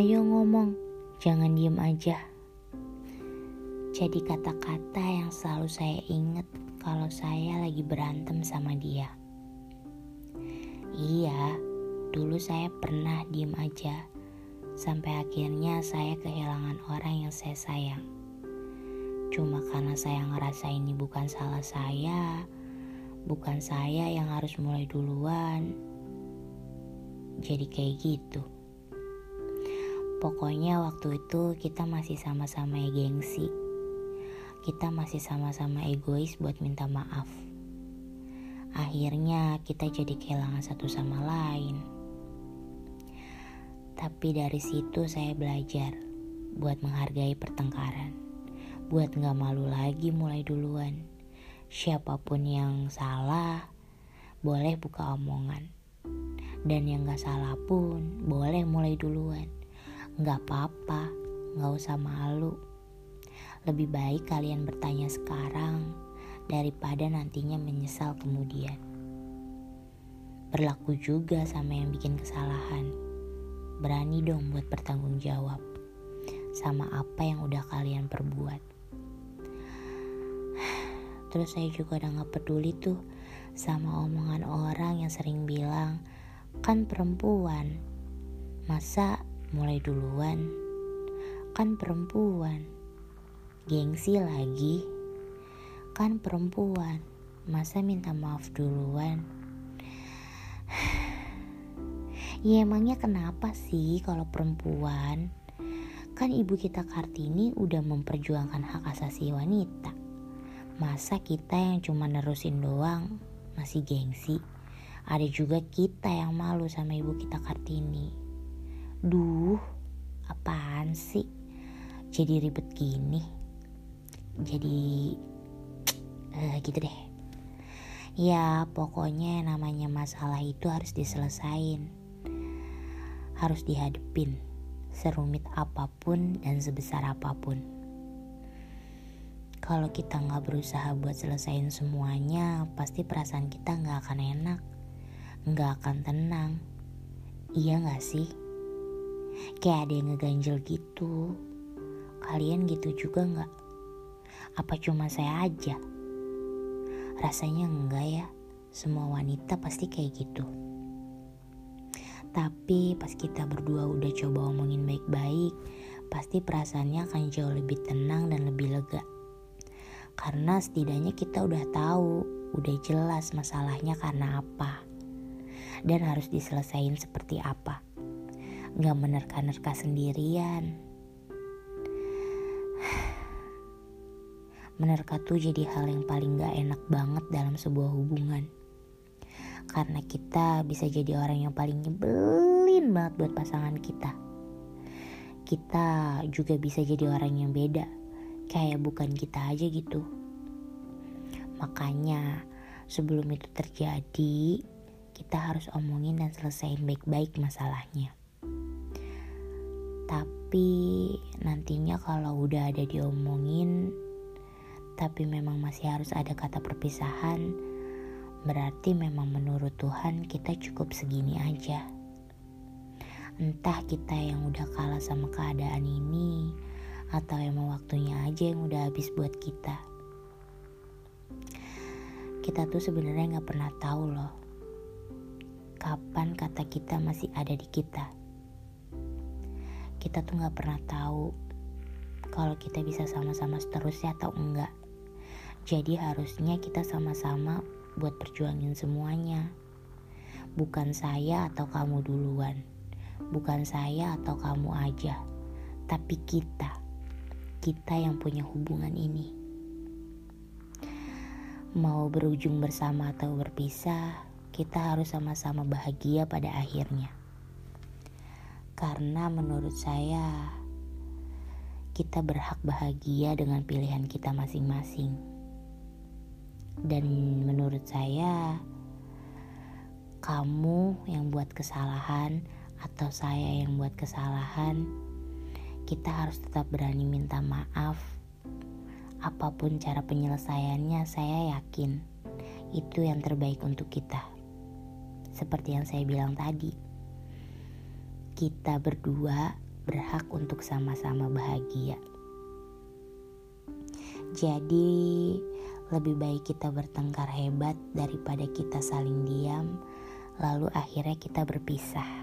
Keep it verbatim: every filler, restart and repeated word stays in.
Ayo ngomong, jangan diem aja. Jadi kata-kata yang selalu saya ingat kalau saya lagi berantem sama dia. Iya, dulu saya pernah diem aja, sampai akhirnya saya kehilangan orang yang saya sayang. Cuma karena saya ngerasa ini bukan salah saya, bukan saya yang harus mulai duluan, jadi kayak gitu. Pokoknya waktu itu kita masih sama-sama gengsi. Kita masih sama-sama egois buat minta maaf. Akhirnya kita jadi kehilangan satu sama lain. Tapi dari situ saya belajar buat menghargai pertengkaran, buat gak malu lagi mulai duluan. Siapapun yang salah boleh buka omongan, dan yang gak salah pun boleh mulai duluan. Gak apa-apa, gak usah malu. Lebih baik kalian bertanya sekarang daripada nantinya menyesal kemudian. Berlaku juga sama yang bikin kesalahan. Berani dong buat bertanggung jawab sama apa yang udah kalian perbuat. Terus saya juga udah gak peduli tuh sama omongan orang yang sering bilang, kan perempuan, masa mulai duluan, kan perempuan, gengsi lagi, kan perempuan, masa minta maaf duluan. Ya emangnya kenapa sih kalau perempuan? Kan ibu kita Kartini udah memperjuangkan hak asasi wanita. Masa kita yang cuma nerusin doang masih gengsi? Ada juga kita yang malu sama ibu kita Kartini. Duh, apaan sih? Jadi ribet gini. Jadi uh, gitu deh. Ya pokoknya namanya masalah itu harus diselesain, harus dihadepin, serumit apapun dan sebesar apapun. Kalau kita gak berusaha buat selesain semuanya, pasti perasaan kita gak akan enak, gak akan tenang. Iya gak sih? Kayak ada yang ngeganjel gitu. Kalian gitu juga gak? Apa cuma saya aja? Rasanya enggak ya. Semua wanita pasti kayak gitu. Tapi pas kita berdua udah coba omongin baik-baik, pasti perasaannya akan jauh lebih tenang dan lebih lega. Karena setidaknya kita udah tahu, udah jelas masalahnya karena apa, dan harus diselesain seperti apa. Gak menerka-nerka sendirian. Menerka tuh jadi hal yang paling gak enak banget dalam sebuah hubungan. Karena kita bisa jadi orang yang paling nyebelin banget buat pasangan kita. Kita juga bisa jadi orang yang beda, kayak bukan kita aja gitu. Makanya sebelum itu terjadi, kita harus omongin dan selesain baik-baik masalahnya. Tapi nantinya kalau udah ada diomongin, tapi memang masih harus ada kata perpisahan, berarti memang menurut Tuhan kita cukup segini aja. Entah kita yang udah kalah sama keadaan ini, atau emang waktunya aja yang udah habis buat kita. Kita tuh sebenarnya gak pernah tahu loh kapan kata kita masih ada di kita. Kita tuh gak pernah tahu kalau kita bisa sama-sama seterusnya atau enggak. Jadi harusnya kita sama-sama buat perjuangin semuanya. Bukan saya atau kamu duluan, bukan saya atau kamu aja, tapi kita. Kita yang punya hubungan ini. Mau berujung bersama atau berpisah, kita harus sama-sama bahagia pada akhirnya. Karena menurut saya, kita berhak bahagia dengan pilihan kita masing-masing. Dan menurut saya, kamu yang buat kesalahan atau saya yang buat kesalahan, kita harus tetap berani minta maaf. Apapun cara penyelesaiannya, saya yakin itu yang terbaik untuk kita. Seperti yang saya bilang tadi, kita berdua berhak untuk sama-sama bahagia. Jadi lebih baik kita bertengkar hebat daripada kita saling diam lalu akhirnya kita berpisah.